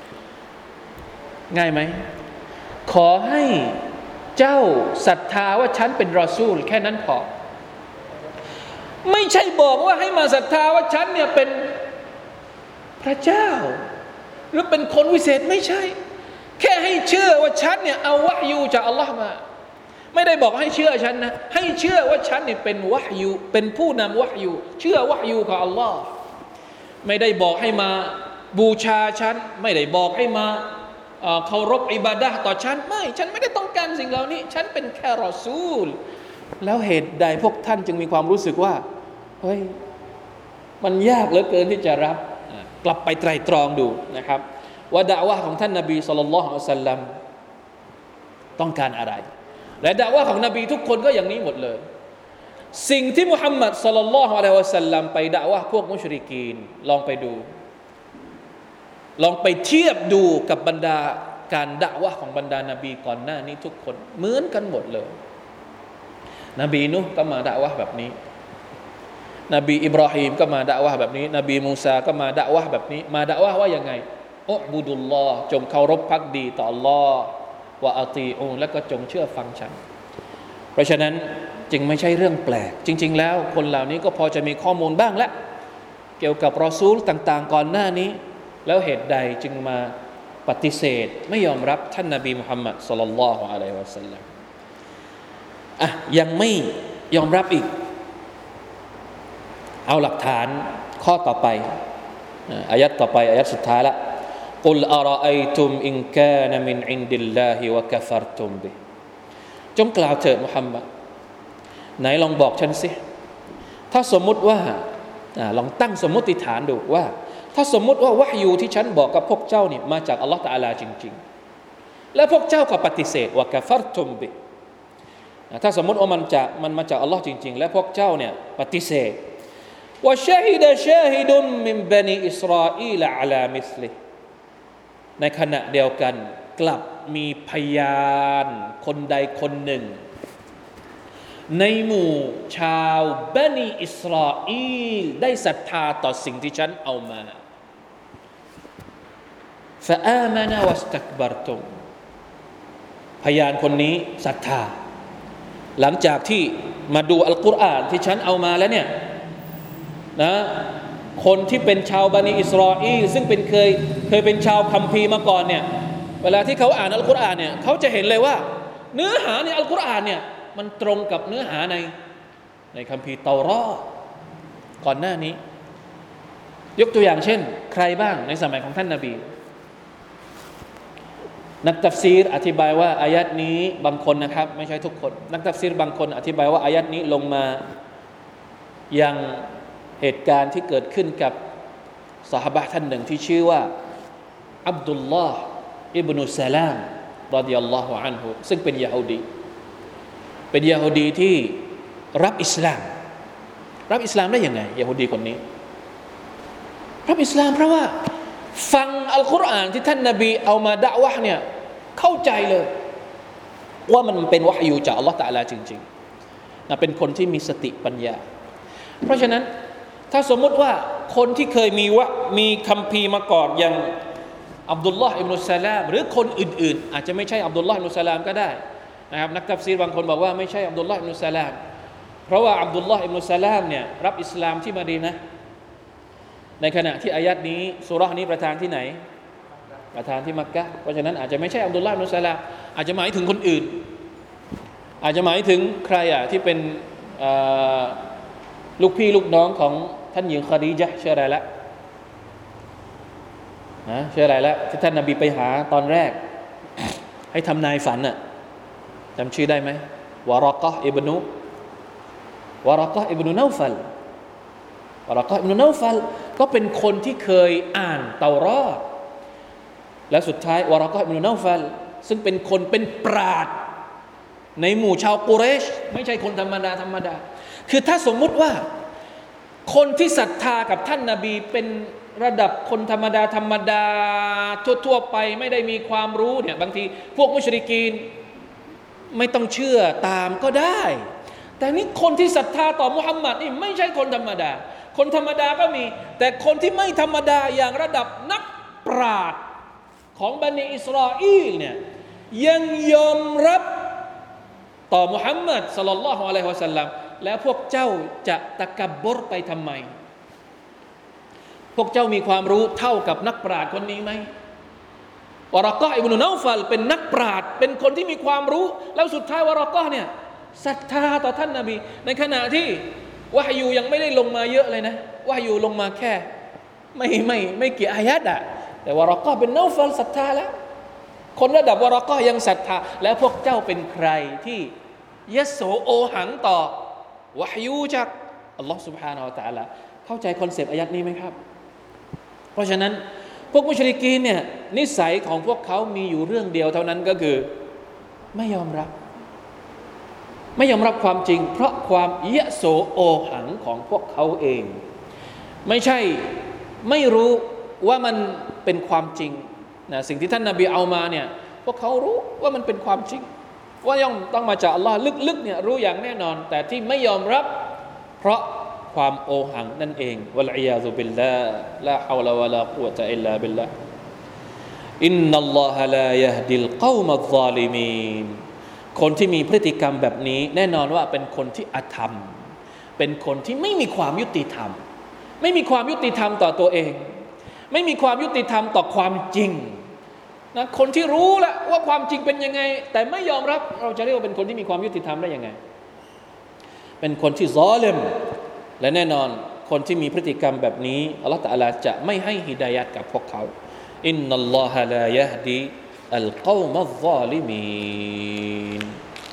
ง่ายไหมขอให้เจ้าศรัทธาว่าฉันเป็นรอซูลแค่นั้นพอไม่ใช่บอกว่าให้มาศรัทธาว่าฉันเนี่ยเป็นพระเจ้าหรือเป็นคนวิเศษไม่ใช่แค่ให้เชื่อว่าฉันเนี่ยเอาวะยูจากอัลลอฮ์มาไม่ได้บอกให้เชื่อฉันนะให้เชื่อว่าฉันเนี่ยเป็นวะยูเป็นผู้นำวะยูเชื่อวะยูของอัลลอฮ์ไม่ได้บอกให้มาบูชาฉันไม่ได้บอกให้มาเคารพอิบาดะห์ต่อฉันไม่ฉันไม่ได้ต้องการสิ่งเหล่านี้ฉันเป็นแค่รอซูลแล้วเหตุใดพวกท่านจึงมีความรู้สึกว่าเฮ้ยมันยากเหลือเกินที่จะรับกลับไปไตร่ตรองดูนะครับว่าดะวะห์ของท่านนบีศ็อลลัลลอฮุอะลัยฮิวะซัลลัมต้องการอะไรและดะวะห์ของนบีทุกคนก็อย่างนี้หมดเลยสิ่งที่มุฮัมมัดศ็อลลัลลอฮุอะลัยฮิวะซัลลัมไปดะวะห์พวกมุชริกีนลองไปดูลองไปเทียบดูกับบรรดาการดะวะห์ของบรรดานบีก่อนหน้านี้ทุกคนเหมือนกันหมดเลยนบีนูห์ก็มาดะวะห์แบบนี้นบีอิบราฮีมก็มาดะวะห์แบบนี้นบีมูซาก็มาดะวะห์แบบนี้มาดะวะห์ว่ายังไงอุบุดุลลอฮ์จงเคารพภักดีต่ออัลลอฮ์วะอาตีอูและก็จงเชื่อฟังฉันเพราะฉะนั้นจึงไม่ใช่เรื่องแปลกจริงๆแล้วคนเหล่านี้ก็พอจะมีข้อมูลบ้างแล้วเกี่ยวกับรอซูลต่างๆก่อนหน้านี้แล้วเหตุใดจึงมาปฏิเสธไม่ยอมรับท่านนบีมุฮัมมัดศ็อลลัลลอฮุอะลัยฮิวะซัลลัมยังไม่ยอมรับอีกเอาหลักฐานข้อต่อไปอายัดต่อไปอายัดสุดท้ายละกุลอะรออัยตุมอินกานะมินอินดิลลาฮิวะกะฟัรตุมบิจงกล่าวเถิดมุฮัมมัดไหนลองบอกฉันสิถ้าสมมุติว่าลองตั้งสมมติฐานดูว่าถ้าสมมุติว่าวะฮยูที่ฉันบอกกับพวกเจ้านี่มาจากอัลลอฮฺตะอาลาจริงๆและพวกเจ้าก็ปฏิเสธว่ากะฟัรตุมบิถ้าสมมุติว่ามันมาจากอัลลอฮฺจริงๆและพวกเจ้าเนี่ยปฏิเสธว่าชาฮิดะชาฮิดุนมินบะนีอิสราอีลอะลามิสลิในขณะเดียวกันกลับมีพยานคนใดคนหนึ่งในหมู่ชาวบะนีอิสราอีลได้ศรัทธาต่อสิ่งที่ฉันเอามาฟะอามานะวัสตักบัรตุมพยานคนนี้ศรัทธาหลังจากที่มาดูอัลกุรอานที่ฉันเอามาแล้วเนี่ยนะคนที่เป็นชาวบันิอิสราอีลซึ่งเคยเป็นชาวคัมภีร์มาก่อนเนี่ยเวลาที่เขาอ่านอัลกุรอานเนี่ยเขาจะเห็นเลยว่าเนื้อหาในอัลกุรอานเนี่ยมันตรงกับเนื้อหาในคัมภีร์เตารอดก่อนหน้านี้ยกตัวอย่างเช่นใครบ้างในสมัยของท่านนบีนักตัฟซีรอธิบายว่าอายัดนี้บางคนนะครับไม่ใช่ทุกคนนักตัฟซีรบางคนอธิบายว่าอายัดนี้ลงมายังเหตุการณ์ที่เกิดขึ้นกับซอฮาบะห์ท่านหนึ่งที่ชื่อว่าอับดุลลอฮ์อิบนุซะลามรอฎิยัลลอฮุอันฮุซึ่งเป็นยะฮูดีที่รับอิสลามได้ยังไงยะฮูดีคนนี้รับอิสลามเพราะว่าฟังอัลกุรอานที่ท่านนบีเอามาดะอ์วะห์เนี่ยเข้าใจเลยว่ามันเป็นวะฮยูจากอัลเลาะห์ตะอาลาจริงๆนะเป็นคนที่มีสติปัญญาเพราะฉะนั้นถ้าสมมุติว่าคนที่เคยมีคัมภีร์มาก่อนอย่างอับดุลลอฮ์อิบนุสซะลามหรือคนอื่นๆอาจจะไม่ใช่อับดุลลอฮ์อิบนุสซะลามก็ได้นะครับนักตัฟซีรบางคนบอกว่าไม่ใช่อับดุลลอฮ์อิบนุสซะลามเพราะว่าอับดุลลอฮ์อิบนุสซะลามเนี่ยรับอิสลามที่มะดีนะห์ในขณะที่อายัดนี้ซูเราะห์นี้ประทานที่ไหนประทานที่มักกะฮ์เพราะฉะนั้นอาจจะไม่ใช่อับดุลลอฮ์อิบนุสซะลามอาจจะหมายถึงคนอื่นอาจจะหมายถึงใครที่เป็นลูกพี่ลูกน้องของท่านหญิงคอดีญะห์ชื่ออะไรละชื่ออะไรละที่ท่านนบีไปหาตอนแรกให้ทำนายฝันน่ะจำชื่อได้ไหมวะรอกะฮ์อิบนุเนาฟัลก็เป็นคนที่เคยอ่านเตารอดและสุดท้ายวะรอกะฮ์อิบนุเนาฟัลซึ่งเป็นคนเป็นปราชญ์ในหมู่ชาวกุเรชไม่ใช่คนธรรมดาคือถ้าสมมุติว่าคนที่ศรัทธากับท่านนบีเป็นระดับคนธรรมดาทั่วไปไม่ได้มีความรู้เนี่ยบางทีพวกมุชริกีนไม่ต้องเชื่อตามก็ได้แต่นี่คนที่ศรัทธาต่อมุฮัมมัดนี่ไม่ใช่คนธรรมดาก็มีแต่คนที่ไม่ธรรมดาอย่างระดับนักปราชญ์ของบันิอิสราอีลเนี่ยยังยอมรับต่อมุฮัมมัดศ็อลลัลลอฮุอะลัยฮิวะซัลลัมแล้วพวกเจ้าจะตะกับบรไปทำไมพวกเจ้ามีความรู้เท่ากับนักปราชญ์คนนี้ไหมวะรอกะฮ์อิบนุเนาฟัลเป็นนักปราชญ์เป็นคนที่มีความรู้แล้วสุดท้ายวะรอกะฮ์เนี่ยศรัทธาต่อท่านนบีในขณะที่วะฮยูยังไม่ได้ลงมาเยอะเลยนะวะฮยูลงมาแค่ไม่กี่อายัดแต่วะรอกะฮ์เป็นเนาฟัลศรัทธาแล้วคนระดับวะรอกะฮ์ยังศรัทธาแล้วพวกเจ้าเป็นใครที่ยโสโอหังต่อวะฮยูจากอัลลอฮฺ سبحانه และ تعالى เข้าใจคอนเซปต์อายัดนี้ไหมครับเพราะฉะนั้นพวกมุชริกีนเนี่ยนิสัยของพวกเขามีอยู่เรื่องเดียวเท่านั้นก็คือไม่ยอมรับความจริงเพราะความยโสโอหังของพวกเขาเองไม่ใช่ไม่รู้ว่ามันเป็นความจริงนะสิ่งที่ท่านนบีเอามาเนี่ยพวกเขารู้ว่ามันเป็นความจริงว่าย่อมต้องมาจากอัลลอฮ์ลึกๆเนี่ยรู้อย่างแน่นอนแต่ที่ไม่ยอมรับเพราะความโอหังนั่นเองวัลอียาซุบิลลาฮ์ลาฮาวละวะลากุวะตะอิลลาบิลลาฮ์อินนัลลอฮะลายะฮดิลกอมัซซอลิมีนคนที่มีพฤติกรรมแบบนี้แน่นอนว่าเป็นคนที่อธรรมเป็นคนที่ไม่มีความยุติธรรมไม่มีความยุติธรรมต่อตัวเองไม่มีความยุติธรรมต่อความจริงนะคนที่รู้แล้วว่าความจริงเป็นยังไงแต่ไม่ยอมรับเราจะเรียกว่าเป็นคนที่มีความยุติธรรมได้ยังไงเป็นคนที่ซอลิมและแน่นอนคนที่มีพฤติกรรมแบบนี้อัลเลาะห์ตะอาลาจะไม่ให้ฮิดายัตกับพวกเขาอินนัลลอฮะลายะฮดีอัลกอมัซซอลิมีน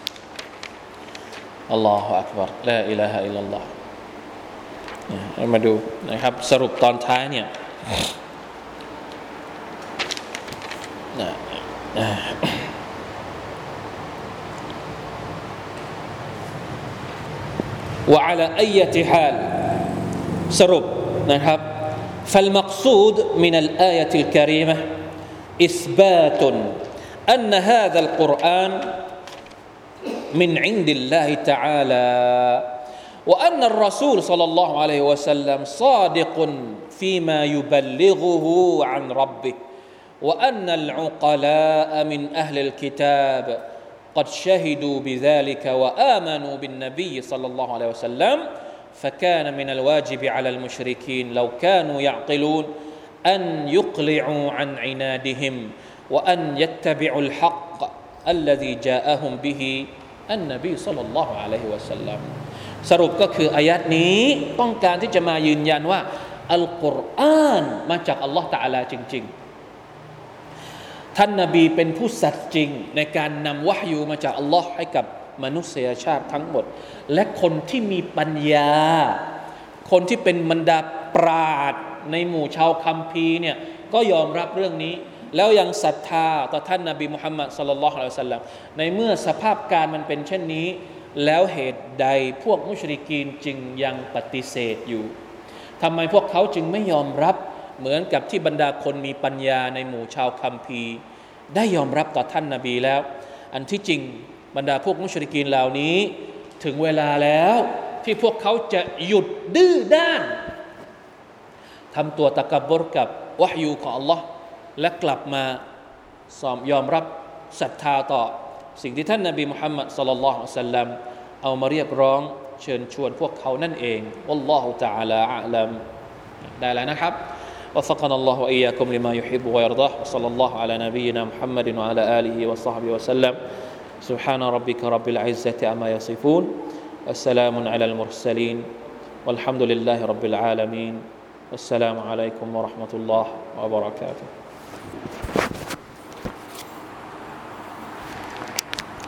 อัลลอฮุอักบัรลาอิลาฮะอิลลัลลอฮ์มาดูนะครับสรุปตอนท้ายเนี่ยوعلى أي حال سرب نحب فالمقصود من الآية الكريمة إثبات أن هذا القرآن من عند الله تعالى وأن الرسول صلى الله عليه وسلم صادق فيما يبلغه عن ربه وأن العقلاء من أهل الكتاب قد شهدوا بذلك وآمنوا بالنبي صلى الله عليه وسلم فكان من الواجب على المشركين لو كانوا يعقلون أن يقلعوا عن عنادهم وأن يتبعوا الحق الذي جاءهم به النبي صلى الله عليه وسلم สรุปก็คืออายัดนี้ต้องการที่จะมายืนยันว่าอัลกุรอานมาจากอัลลอฮฺตะอาลาจริงๆท่านนบีเป็นผู้สัตย์จริงในการนำวะฮยูมาจากอัลลอฮฺให้กับมนุษยชาติทั้งหมดและคนที่มีปัญญาคนที่เป็นบรรดาปราชญ์ในหมู่ชาวคัมภีร์เนี่ยก็ยอมรับเรื่องนี้แล้วยังศรัทธาต่อท่านนบีมุฮัมมัดศ็อลลัลลอฮุอะลัยฮิวะซัลลัมในเมื่อสภาพการมันเป็นเช่นนี้แล้วเหตุใดพวกมุชริกีนจึงยังปฏิเสธอยู่ทำไมพวกเขาจึงไม่ยอมรับเหมือนกับที่บรรดาคนมีปัญญาในหมู่ชาวคัมภีร์ได้ยอมรับต่อท่านนบีแล้วอันที่จริงบรรดาพวกมุชริกีนเหล่านี้ถึงเวลาแล้วที่พวกเขาจะหยุดดื้อด้านทำตัวตะกับบรกับวะฮยูของอัลลอฮ์และกลับมายอมรับศรัทธาต่อสิ่งที่ท่านนบีมุฮัมมัดศ็อลลัลลอฮุอะลัยฮิวะซัลลัมเอามาเรียกร้องเชิญชวนพวกเขานั่นเองวัลลอฮุตะอาลาอะลัมได้แล้วนะครับوفقنا الله وإياكم لما يحب ويرضاه وصلى الله على نبينا محمد وعلى آله وصحبه وسلم سبحان ربك رب العزة عما يصفون والسلام على المرسلين والحمد لله رب العالمين والسلام عليكم ورحمة الله وبركاته